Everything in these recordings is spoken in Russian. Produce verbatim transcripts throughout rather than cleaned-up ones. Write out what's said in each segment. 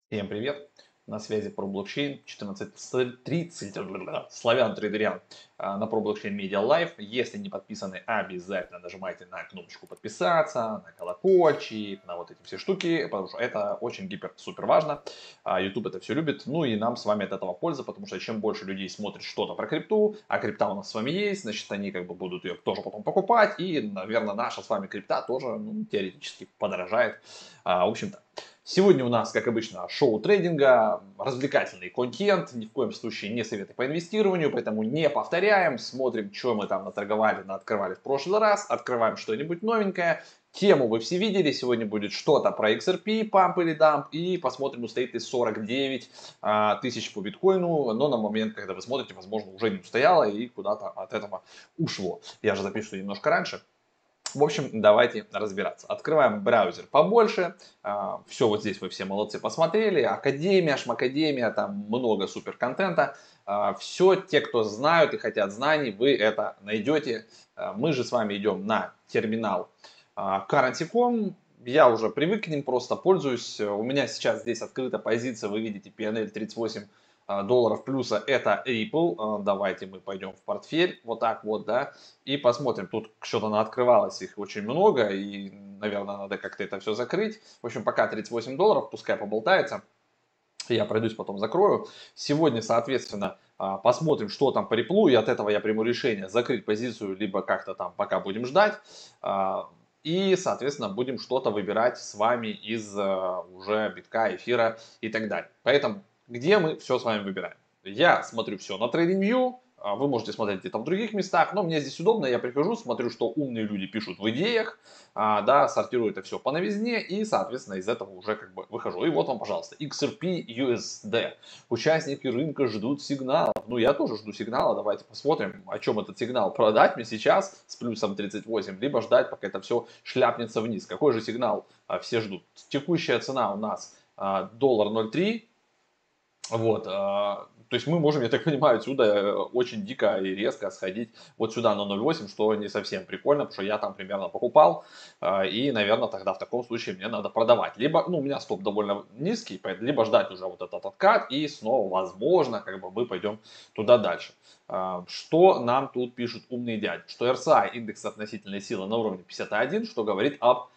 Всем привет! На связи ProBlockchain четырнадцать тридцать, Славян Трейдерян а, на ProBlockchain Media Live. Если не подписаны, обязательно нажимайте на кнопочку подписаться, на колокольчик, на вот эти все штуки, потому что это очень гипер-супер важно. А, YouTube это все любит, ну и нам с вами от этого польза, потому что чем больше людей смотрит что-то про крипту, а крипта у нас с вами есть, значит они как бы будут ее тоже потом покупать, и, наверное, наша с вами крипта тоже ну, теоретически подорожает. А, в общем-то. Сегодня у нас, как обычно, шоу трейдинга, развлекательный контент, ни в коем случае не советы по инвестированию, поэтому не повторяем, смотрим, что мы там наторговали, открывали в прошлый раз, открываем что-нибудь новенькое. Тему вы все видели, сегодня будет что-то про икс эр пи, памп или дамп, и посмотрим, устоит ли сорок девять а, тысяч по биткоину, но на момент, когда вы смотрите, возможно, уже не устояло и куда-то от этого ушло. Я же запишу немножко раньше. В общем, давайте разбираться. Открываем браузер побольше. Все вот здесь вы все молодцы посмотрели. Академия, шмакадемия, там много супер контента. Все, те, кто знают и хотят знаний, вы это найдете. Мы же с вами идем на терминал currency точка com. Я уже привык к ним, просто пользуюсь. У меня сейчас здесь открыта позиция, вы видите, пи эн эль тридцать восемь долларов плюса, это Ripple. Давайте мы пойдем в портфель, вот так вот, да, и посмотрим. Тут что-то открывалось, их очень много, и, наверное, надо как-то это все закрыть. В общем, пока тридцать восемь долларов, пускай поболтается. Я пройдусь, потом закрою. Сегодня, соответственно, посмотрим, что там по Ripple, и от этого я приму решение закрыть позицию, либо как-то там пока будем ждать. И, соответственно, будем что-то выбирать с вами из уже битка, эфира и так далее. Поэтому, где мы все с вами выбираем? Я смотрю все на TradingView, вы можете смотреть где-то в других местах, но мне здесь удобно, я прихожу, смотрю, что умные люди пишут в идеях, да, сортирую это все по новизне и, соответственно, из этого уже как бы выхожу. И вот вам, пожалуйста, икс эр пи ю эс ди. Участники рынка ждут сигналов. Ну, я тоже жду сигнала, давайте посмотрим, о чем этот сигнал. Продать мне сейчас с плюсом тридцать восемь, либо ждать, пока это все шляпнется вниз. Какой же сигнал все ждут? Текущая цена у нас доллар ноль три. Вот, а, то есть мы можем, я так понимаю, отсюда э, очень дико и резко сходить вот сюда на ноль восемь, что не совсем прикольно, потому что я там примерно покупал, а, и, наверное, тогда в таком случае мне надо продавать. Либо, ну, у меня стоп довольно низкий, либо ждать уже вот этот откат, и снова, возможно, как бы мы пойдем туда дальше. А, что нам тут пишут умные дяди? Что эр эс ай, индекс относительной силы, на уровне пятьдесят один, что говорит об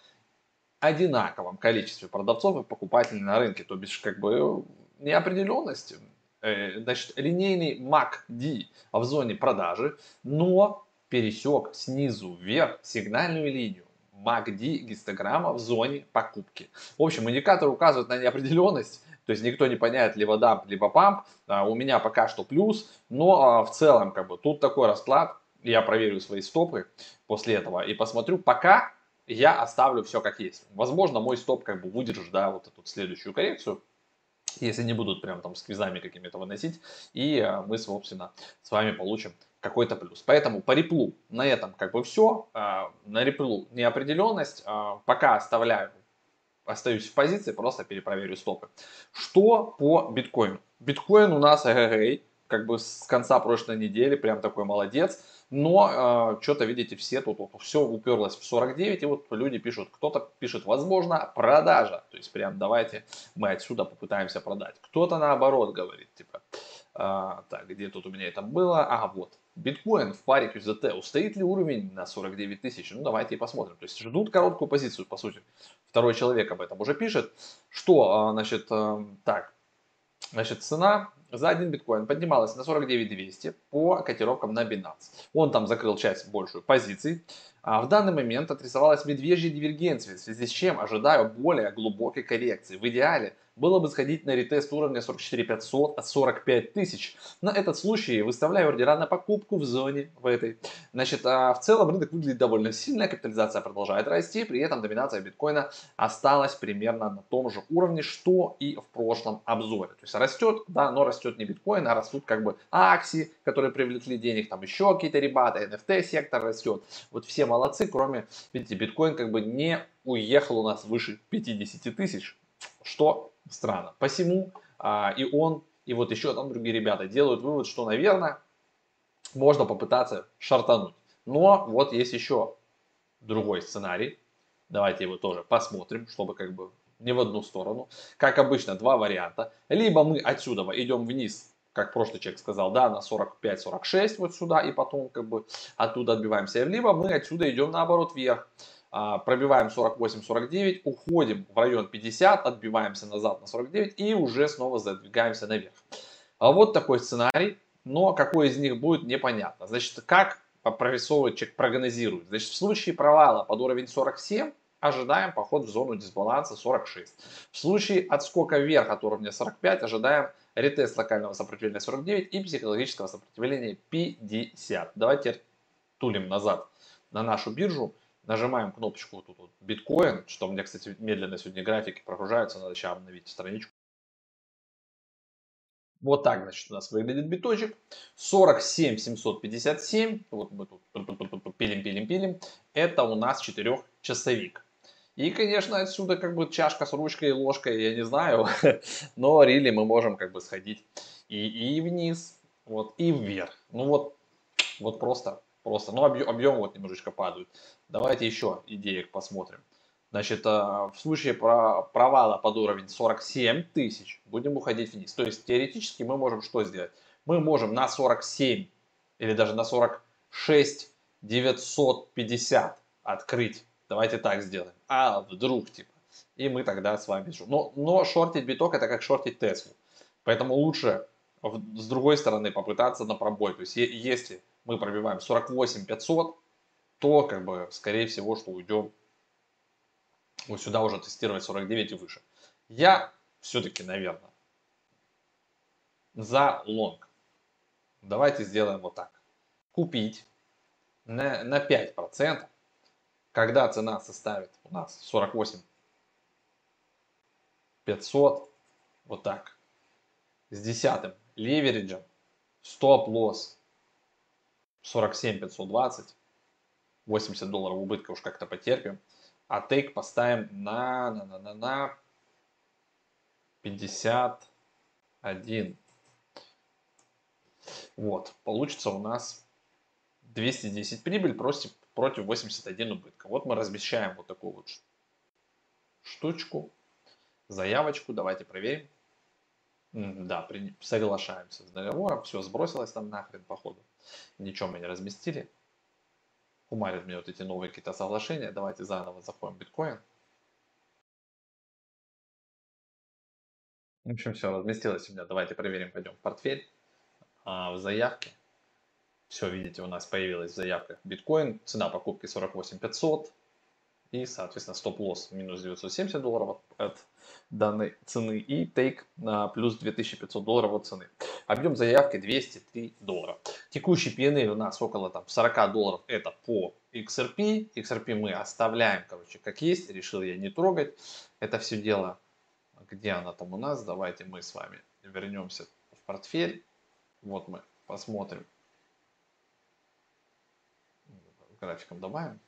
одинаковом количестве продавцов и покупателей на рынке, то бишь как бы неопределенность. Э, Значит, линейный мак ди в зоне продажи, но пересек снизу вверх сигнальную линию мак ди гистограмма в зоне покупки. В общем, индикатор указывает на неопределенность, то есть никто не понятает, либо дамп, либо памп. А, у меня пока что плюс, но а, в целом как бы тут такой расклад. Я проверю свои стопы после этого и посмотрю. Пока я оставлю все как есть. Возможно, мой стоп как бы выдержит, да, вот эту следующую коррекцию, если не будут прям там сквизами какими-то выносить, и э, мы, собственно, с вами получим какой-то плюс. Поэтому по реплу на этом как бы все. Э, на реплу неопределенность. Э, пока оставляю, остаюсь в позиции, просто перепроверю стопы. Что по биткоину? Биткоин у нас эгэгэй, как бы с конца прошлой недели, прям такой молодец. Но э, что-то, видите, все тут вот, все уперлось в сорок девять, и вот люди пишут, кто-то пишет, возможно, продажа. То есть прям давайте мы отсюда попытаемся продать. Кто-то наоборот говорит, типа, а, так, где тут у меня это было? Ага, вот. Биткоин в паре кью зет ти устоит ли уровень на сорок девять тысяч? Ну, давайте и посмотрим. То есть ждут короткую позицию, по сути. Второй человек об этом уже пишет. Что, а, значит, э, так, значит, цена за один биткоин поднималась на сорок девять двести по котировкам на Binance. Он там закрыл часть большую позиций. А в данный момент отрисовалась медвежья дивергенция, в связи с чем ожидаю более глубокой коррекции. В идеале было бы сходить на ретест уровня сорок четыре пятьсот от сорок пять тысяч. На этот случай выставляю ордера на покупку в зоне в этой. Значит, а в целом рынок выглядит довольно сильно, капитализация продолжает расти, при этом доминация биткоина осталась примерно на том же уровне, что и в прошлом обзоре. То есть растет, да, но растет не биткоин, а растут как бы акции, которые привлекли денег, там еще какие-то ребята, эн эф ти сектор растет. Вот все молодцы, кроме, видите, биткоин как бы не уехал у нас выше пятидесяти тысяч, что странно. Посему а, и он, и вот еще там другие ребята делают вывод, что, наверное, можно попытаться шартануть. Но вот есть еще другой сценарий. Давайте его тоже посмотрим, чтобы как бы ни в одну сторону. Как обычно, два варианта. Либо мы отсюда идем вниз, как прошлый человек сказал, да, на сорок пять сорок шесть вот сюда, и потом как бы оттуда отбиваемся. Либо мы отсюда идем наоборот вверх, а, пробиваем сорок восемь сорок девять, уходим в район пятьдесят, отбиваемся назад на сорок девять и уже снова задвигаемся наверх. А вот такой сценарий, но какой из них будет, непонятно. Значит, как прорисовывает человек, прогнозирует. Значит, в случае провала под уровень сорок семь ожидаем поход в зону дисбаланса сорок шесть. В случае отскока вверх от уровня сорок пять ожидаем ретест локального сопротивления сорок девять и психологического сопротивления пятьдесят. Давайте тулим назад на нашу биржу. Нажимаем кнопочку вот тут вот биткоин, что у меня, кстати, медленно сегодня графики прогружаются, надо сейчас обновить страничку. Вот так, значит, у нас выглядит биточек. сорок семь семьсот пятьдесят семь. Вот мы тут пилим, пилим, пилим. Это у нас четырехчасовик. И, конечно, отсюда как бы чашка с ручкой и ложкой, я не знаю. Но рили мы можем как бы сходить и, и вниз, вот, и вверх. Ну вот, вот просто, просто. Ну объем, объем вот немножечко падает. Давайте еще идеек посмотрим. Значит, в случае провала под уровень сорок семь тысяч будем уходить вниз. То есть теоретически мы можем что сделать? Мы можем на сорок семь или даже на сорок шесть девятьсот пятьдесят открыть. Давайте так сделаем. А вдруг типа. И мы тогда с вами... Но, но шортить биток это как шортить Теслу. Поэтому лучше с другой стороны попытаться на пробой. То есть если мы пробиваем сорок восемь пятьсот, то как бы скорее всего, что уйдем вот сюда уже тестировать сорок девять и выше. Я все-таки, наверное, за лонг. Давайте сделаем вот так. Купить на, на пять процентов, когда цена составит у нас сорок восемь пятьсот, вот так, с десятым ливериджем, стоп-лосс сорок семь пятьсот двадцать, восемьдесят долларов убытка уж как-то потерпим, а тейк поставим на, на, на, на, на пятьдесят один. Вот, получится у нас двести десять прибыль против, против восемьдесят один убытка. Вот мы размещаем вот такую вот штучку, заявочку, давайте проверим. Да, при, соглашаемся с договором, все сбросилось там нахрен походу. Ничего мы не разместили. Умарят мне вот эти новые какие-то соглашения. Давайте заново заходим в биткоин. В общем, все, разместилось у меня. Давайте проверим, пойдем в портфель, а, в заявке. Все, видите, у нас появилась в заявках биткоин. Цена покупки сорок восемь пятьсот. И, соответственно, стоп-лосс минус девятьсот семьдесят долларов от данной цены. И тейк на плюс две тысячи пятьсот долларов от цены. Объем заявки двести три доллара. Текущий пи эн эль у нас около там, сорок долларов. Это по икс ар пи. икс ар пи мы оставляем, короче, как есть. Решил я не трогать это все дело. Где она там у нас? Давайте мы с вами вернемся в портфель. Вот мы посмотрим. Графиком добавим.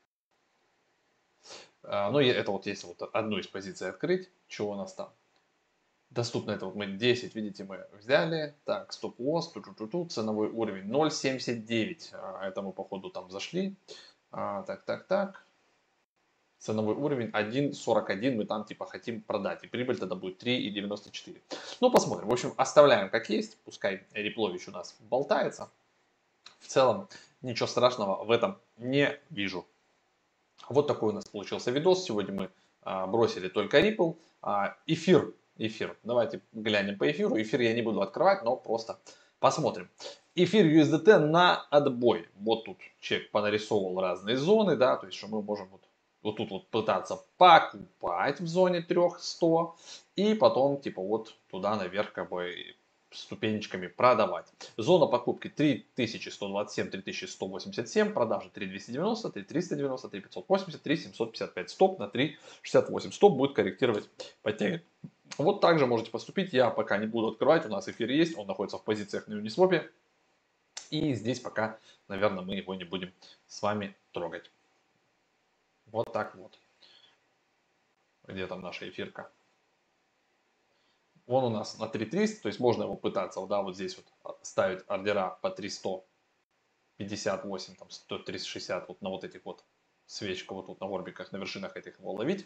Ну, это вот есть вот одну из позиций открыть. Что у нас там? Доступно это вот мы десять, видите, мы взяли. Так, стоп-лосс, ту-ту-ту-ту, ценовой уровень ноль семьдесят девять. Это мы, походу, там зашли. А, так, так, так. Ценовой уровень один сорок один мы там типа хотим продать. И прибыль тогда будет три девяносто четыре. Ну, посмотрим. В общем, оставляем как есть. Пускай Реплович у нас болтается. В целом, ничего страшного в этом не вижу. Вот такой у нас получился видос. Сегодня мы а, бросили только Ripple. А, эфир. Эфир. Давайте глянем по эфиру. Эфир я не буду открывать, но просто посмотрим. Эфир ю эс ди ти на отбой. Вот тут человек понарисовывал разные зоны, да, то есть что мы можем вот, вот тут вот пытаться покупать в зоне триста и потом типа вот туда наверх как бы ступенечками продавать. Зона покупки три тысячи сто двадцать семь, три тысячи сто восемьдесят семь, продажи три тысячи двести девяносто, три тысячи триста девяносто, три тысячи пятьсот восемьдесят, три тысячи семьсот пятьдесят пять. Стоп на три тысячи шестьдесят восемь. Стоп будет корректировать подтягивать. Вот так же можете поступить. Я пока не буду открывать. У нас эфир есть. Он находится в позициях на Uniswap. И здесь пока, наверное, мы его не будем с вами трогать. Вот так вот. Где там наша эфирка? Он у нас на три триста, то есть можно его пытаться, да, вот здесь вот ставить ордера по триста пятьдесят восемь, там сто триста шестьдесят, вот на вот этих вот свечках, вот тут на орбиках, на вершинах этих его ловить.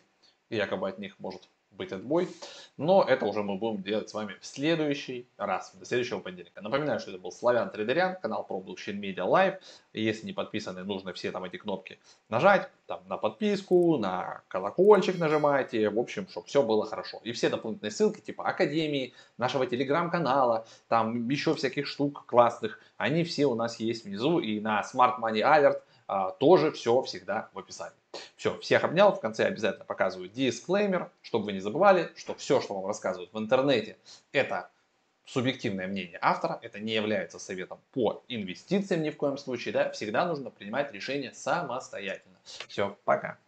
и якобы от них может быть отбой. Но это уже мы будем делать с вами в следующий раз, до следующего понедельника. Напоминаю, что это был Славян Трейдерян, канал про блокчейн Media Live. Если не подписаны, нужно все там эти кнопки нажать, там на подписку, на колокольчик нажимайте, в общем, чтобы все было хорошо. И все дополнительные ссылки, типа Академии, нашего телеграм-канала, там еще всяких штук классных, они все у нас есть внизу, и на Smart Money Alert а, тоже все всегда в описании. Все, всех обнял. В конце обязательно показываю дисклеймер, чтобы вы не забывали, что все, что вам рассказывают в интернете, это субъективное мнение автора, это не является советом по инвестициям ни в коем случае, да, всегда нужно принимать решение самостоятельно. Все, пока.